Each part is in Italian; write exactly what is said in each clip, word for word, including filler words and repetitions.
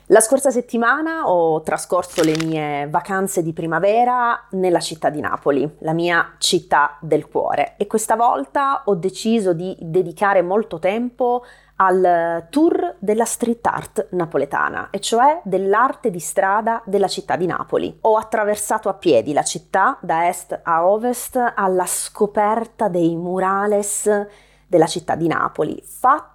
La scorsa settimana ho trascorso le mie vacanze di primavera nella città di Napoli, la mia città del cuore, e questa volta ho deciso di dedicare molto tempo al tour della street art napoletana, e cioè dell'arte di strada della città di Napoli. Ho attraversato a piedi la città da est a ovest alla scoperta dei murales della città di Napoli, fatti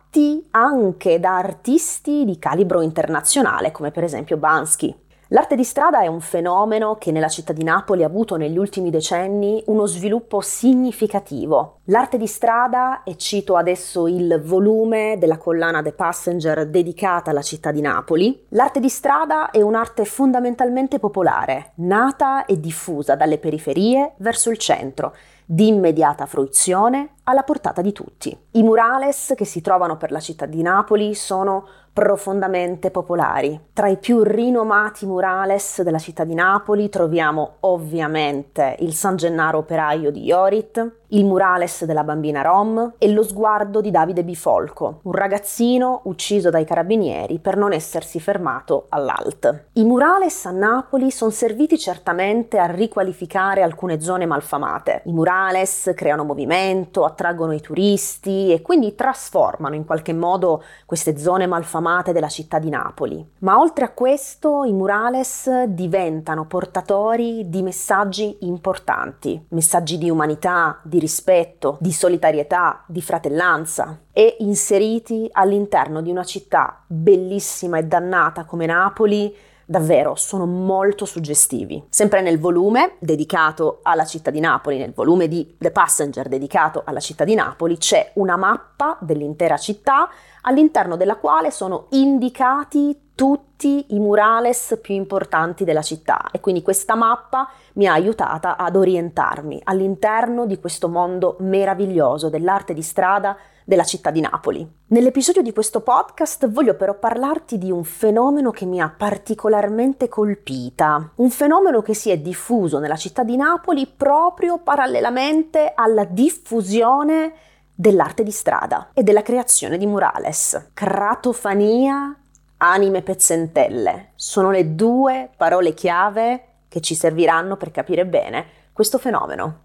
anche da artisti di calibro internazionale, come per esempio Banksy. L'arte di strada è un fenomeno che nella città di Napoli ha avuto negli ultimi decenni uno sviluppo significativo. L'arte di strada, e cito adesso il volume della collana The Passenger dedicata alla città di Napoli, l'arte di strada è un'arte fondamentalmente popolare, nata e diffusa dalle periferie verso il centro, di immediata fruizione alla portata di tutti. I murales che si trovano per la città di Napoli sono profondamente popolari. Tra i più rinomati murales della città di Napoli troviamo ovviamente il San Gennaro operaio di Iorit, il murales della bambina Rom e lo sguardo di Davide Bifolco, un ragazzino ucciso dai carabinieri per non essersi fermato all'Alt. I murales a Napoli sono serviti certamente a riqualificare alcune zone malfamate. I murales creano movimento, attraggono i turisti e quindi trasformano in qualche modo queste zone malfamate della città di Napoli. Ma oltre a questo, i murales diventano portatori di messaggi importanti, messaggi di umanità, di rispetto, di solidarietà, di fratellanza, e inseriti all'interno di una città bellissima e dannata come Napoli, davvero sono molto suggestivi. Sempre nel volume dedicato alla città di Napoli, nel volume di The Passenger dedicato alla città di Napoli, c'è una mappa dell'intera città all'interno della quale sono indicati tutti i murales più importanti della città, e quindi questa mappa mi ha aiutata ad orientarmi all'interno di questo mondo meraviglioso dell'arte di strada della città di Napoli. Nell'episodio di questo podcast voglio però parlarti di un fenomeno che mi ha particolarmente colpita, un fenomeno che si è diffuso nella città di Napoli proprio parallelamente alla diffusione dell'arte di strada e della creazione di murales. Cratofania, anime pezzentelle, sono le due parole chiave che ci serviranno per capire bene questo fenomeno.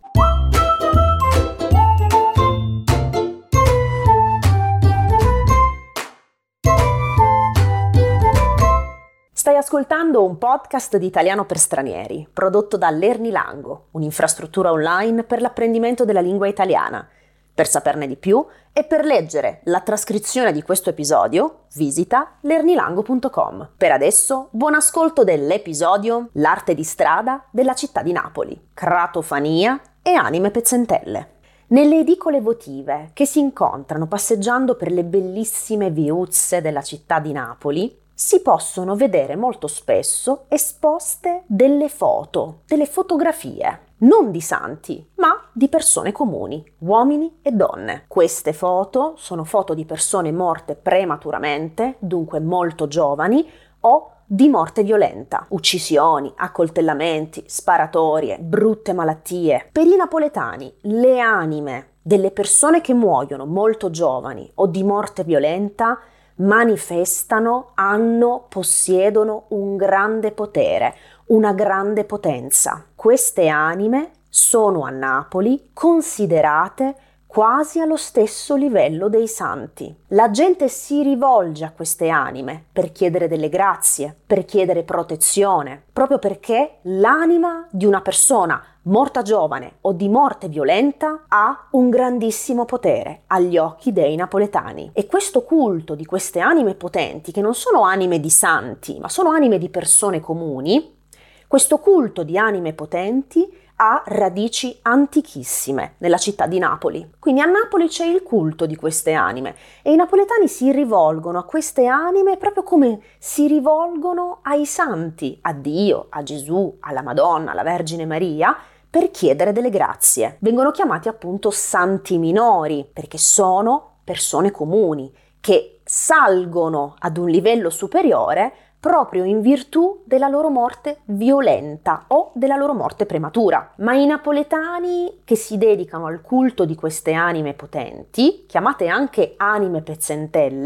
Stai ascoltando un podcast di Italiano per Stranieri, prodotto da Lernilango, un'infrastruttura online per l'apprendimento della lingua italiana. Per saperne di più e per leggere la trascrizione di questo episodio, visita lernilango punto com. Per adesso, buon ascolto dell'episodio L'arte di strada della città di Napoli, cratofania e anime pezzentelle. Nelle edicole votive che si incontrano passeggiando per le bellissime viuzze della città di Napoli, si possono vedere molto spesso esposte delle foto, delle fotografie, non di santi, ma di persone comuni, uomini e donne. Queste foto sono foto di persone morte prematuramente, dunque molto giovani, o di morte violenta, uccisioni, accoltellamenti, sparatorie, brutte malattie. Per i napoletani, le anime delle persone che muoiono molto giovani o di morte violenta manifestano, hanno, possiedono un grande potere, una grande potenza. Queste anime sono a Napoli considerate quasi allo stesso livello dei santi. La gente si rivolge a queste anime per chiedere delle grazie, per chiedere protezione, proprio perché l'anima di una persona morta giovane o di morte violenta ha un grandissimo potere agli occhi dei napoletani. E questo culto di queste anime potenti, che non sono anime di santi, ma sono anime di persone comuni, questo culto di anime potenti ha radici antichissime nella città di Napoli. Quindi a Napoli c'è il culto di queste anime e i napoletani si rivolgono a queste anime proprio come si rivolgono ai santi, a Dio, a Gesù, alla Madonna, alla Vergine Maria, per chiedere delle grazie. Vengono chiamati appunto santi minori perché sono persone comuni che salgono ad un livello superiore proprio in virtù della loro morte violenta o della loro morte prematura. Ma i napoletani che si dedicano al culto di queste anime potenti, chiamate anche anime pezzentelle,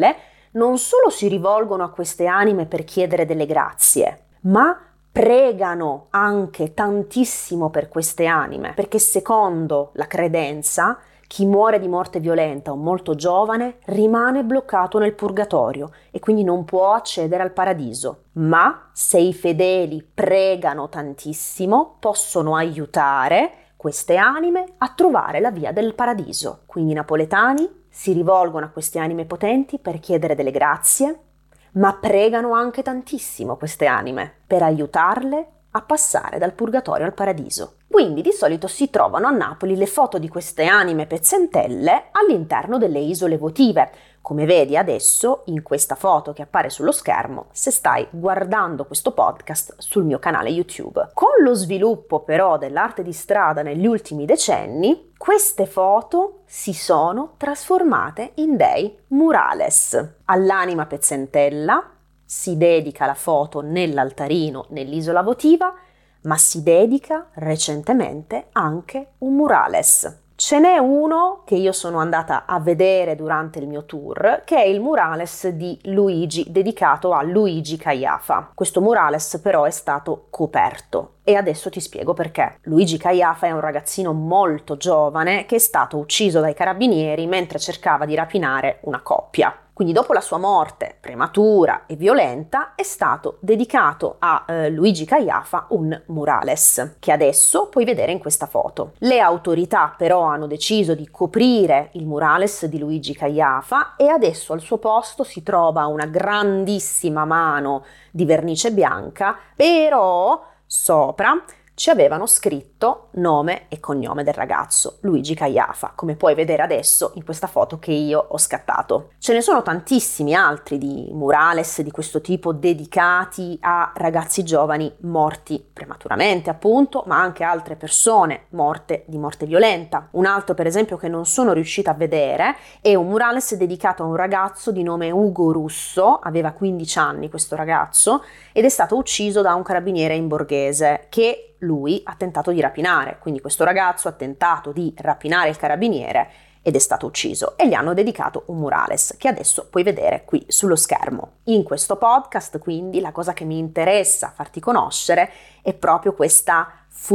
non solo si rivolgono a queste anime per chiedere delle grazie, ma pregano anche tantissimo per queste anime, perché secondo la credenza chi muore di morte violenta o molto giovane rimane bloccato nel purgatorio e quindi non può accedere al paradiso. Ma se i fedeli pregano tantissimo, possono aiutare queste anime a trovare la via del paradiso. Quindi i napoletani si rivolgono a queste anime potenti per chiedere delle grazie, ma pregano anche tantissimo queste anime per aiutarle a passare dal purgatorio al paradiso. Quindi di solito si trovano a Napoli le foto di queste anime pezzentelle all'interno delle isole votive, come vedi adesso in questa foto che appare sullo schermo se stai guardando questo podcast sul mio canale YouTube. Con lo sviluppo però dell'arte di strada negli ultimi decenni, queste foto si sono trasformate in dei murales. All'anima pezzentella si dedica la foto nell'altarino nell'isola votiva, ma si dedica recentemente anche un murales. Ce n'è uno che io sono andata a vedere durante il mio tour, che è il murales di Luigi, dedicato a Luigi Caiafa. Questo murales però è stato coperto e adesso ti spiego perché. Luigi Caiafa è un ragazzino molto giovane che è stato ucciso dai carabinieri mentre cercava di rapinare una coppia. Quindi dopo la sua morte prematura e violenta è stato dedicato a eh, Luigi Caiafa un murales, che adesso puoi vedere in questa foto. Le autorità però hanno deciso di coprire il murales di Luigi Caiafa e adesso al suo posto si trova una grandissima mano di vernice bianca, però sopra ci avevano scritto nome e cognome del ragazzo, Luigi Caiafa, come puoi vedere adesso in questa foto che io ho scattato. Ce ne sono tantissimi altri di murales di questo tipo dedicati a ragazzi giovani morti prematuramente, appunto, ma anche altre persone morte di morte violenta. Un altro, per esempio, che non sono riuscita a vedere è un murales dedicato a un ragazzo di nome Ugo Russo, aveva quindici anni questo ragazzo, ed è stato ucciso da un carabiniere in borghese che lui ha tentato di rapinare, quindi questo ragazzo ha tentato di rapinare il carabiniere ed è stato ucciso e gli hanno dedicato un murales che adesso puoi vedere qui sullo schermo. In questo podcast quindi la cosa che mi interessa farti conoscere è proprio questa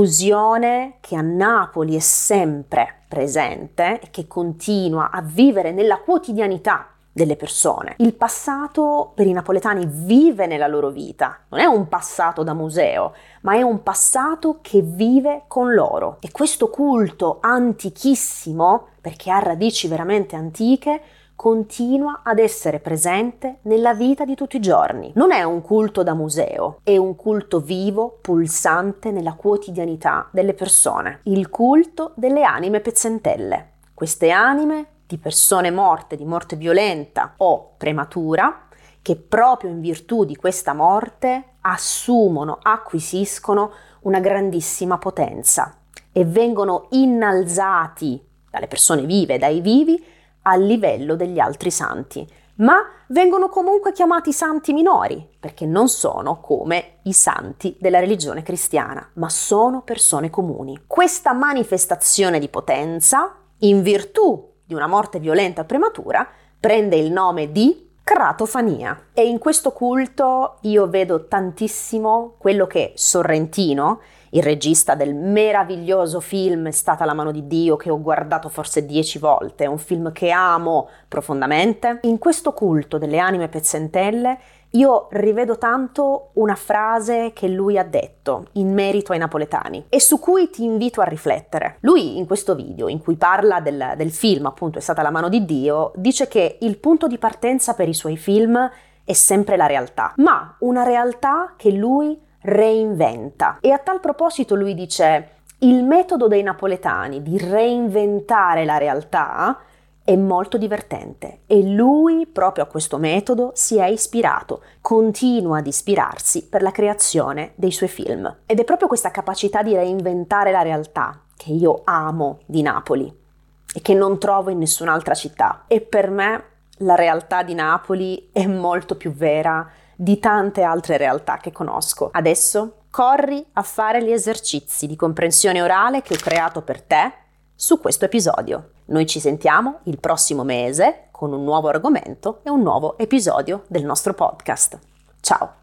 fusione che a Napoli è sempre presente e che continua a vivere nella quotidianità delle persone. Il passato per i napoletani vive nella loro vita, non è un passato da museo, ma è un passato che vive con loro. E questo culto antichissimo, perché ha radici veramente antiche, continua ad essere presente nella vita di tutti i giorni. Non è un culto da museo, è un culto vivo, pulsante nella quotidianità delle persone. Il culto delle anime pezzentelle. Queste anime di persone morte, di morte violenta o prematura, che proprio in virtù di questa morte assumono, acquisiscono una grandissima potenza e vengono innalzati dalle persone vive, dai vivi, al livello degli altri santi, ma vengono comunque chiamati santi minori, perché non sono come i santi della religione cristiana, ma sono persone comuni. Questa manifestazione di potenza, in virtù di una morte violenta o prematura, prende il nome di cratofania. E in questo culto io vedo tantissimo quello che Sorrentino, il regista del meraviglioso film È stata la mano di Dio, che ho guardato forse dieci volte, è un film che amo profondamente, in questo culto delle anime pezzentelle io rivedo tanto una frase che lui ha detto in merito ai napoletani e su cui ti invito a riflettere. Lui in questo video in cui parla del, del film, appunto È stata la mano di Dio, dice che il punto di partenza per i suoi film è sempre la realtà, ma una realtà che lui reinventa. E a tal proposito lui dice: il metodo dei napoletani di reinventare la realtà è molto divertente e lui proprio a questo metodo si è ispirato, continua ad ispirarsi per la creazione dei suoi film. Ed è proprio questa capacità di reinventare la realtà che io amo di Napoli e che non trovo in nessun'altra città. E per me la realtà di Napoli è molto più vera di tante altre realtà che conosco. Adesso corri a fare gli esercizi di comprensione orale che ho creato per te su questo episodio. Noi ci sentiamo il prossimo mese con un nuovo argomento e un nuovo episodio del nostro podcast. Ciao!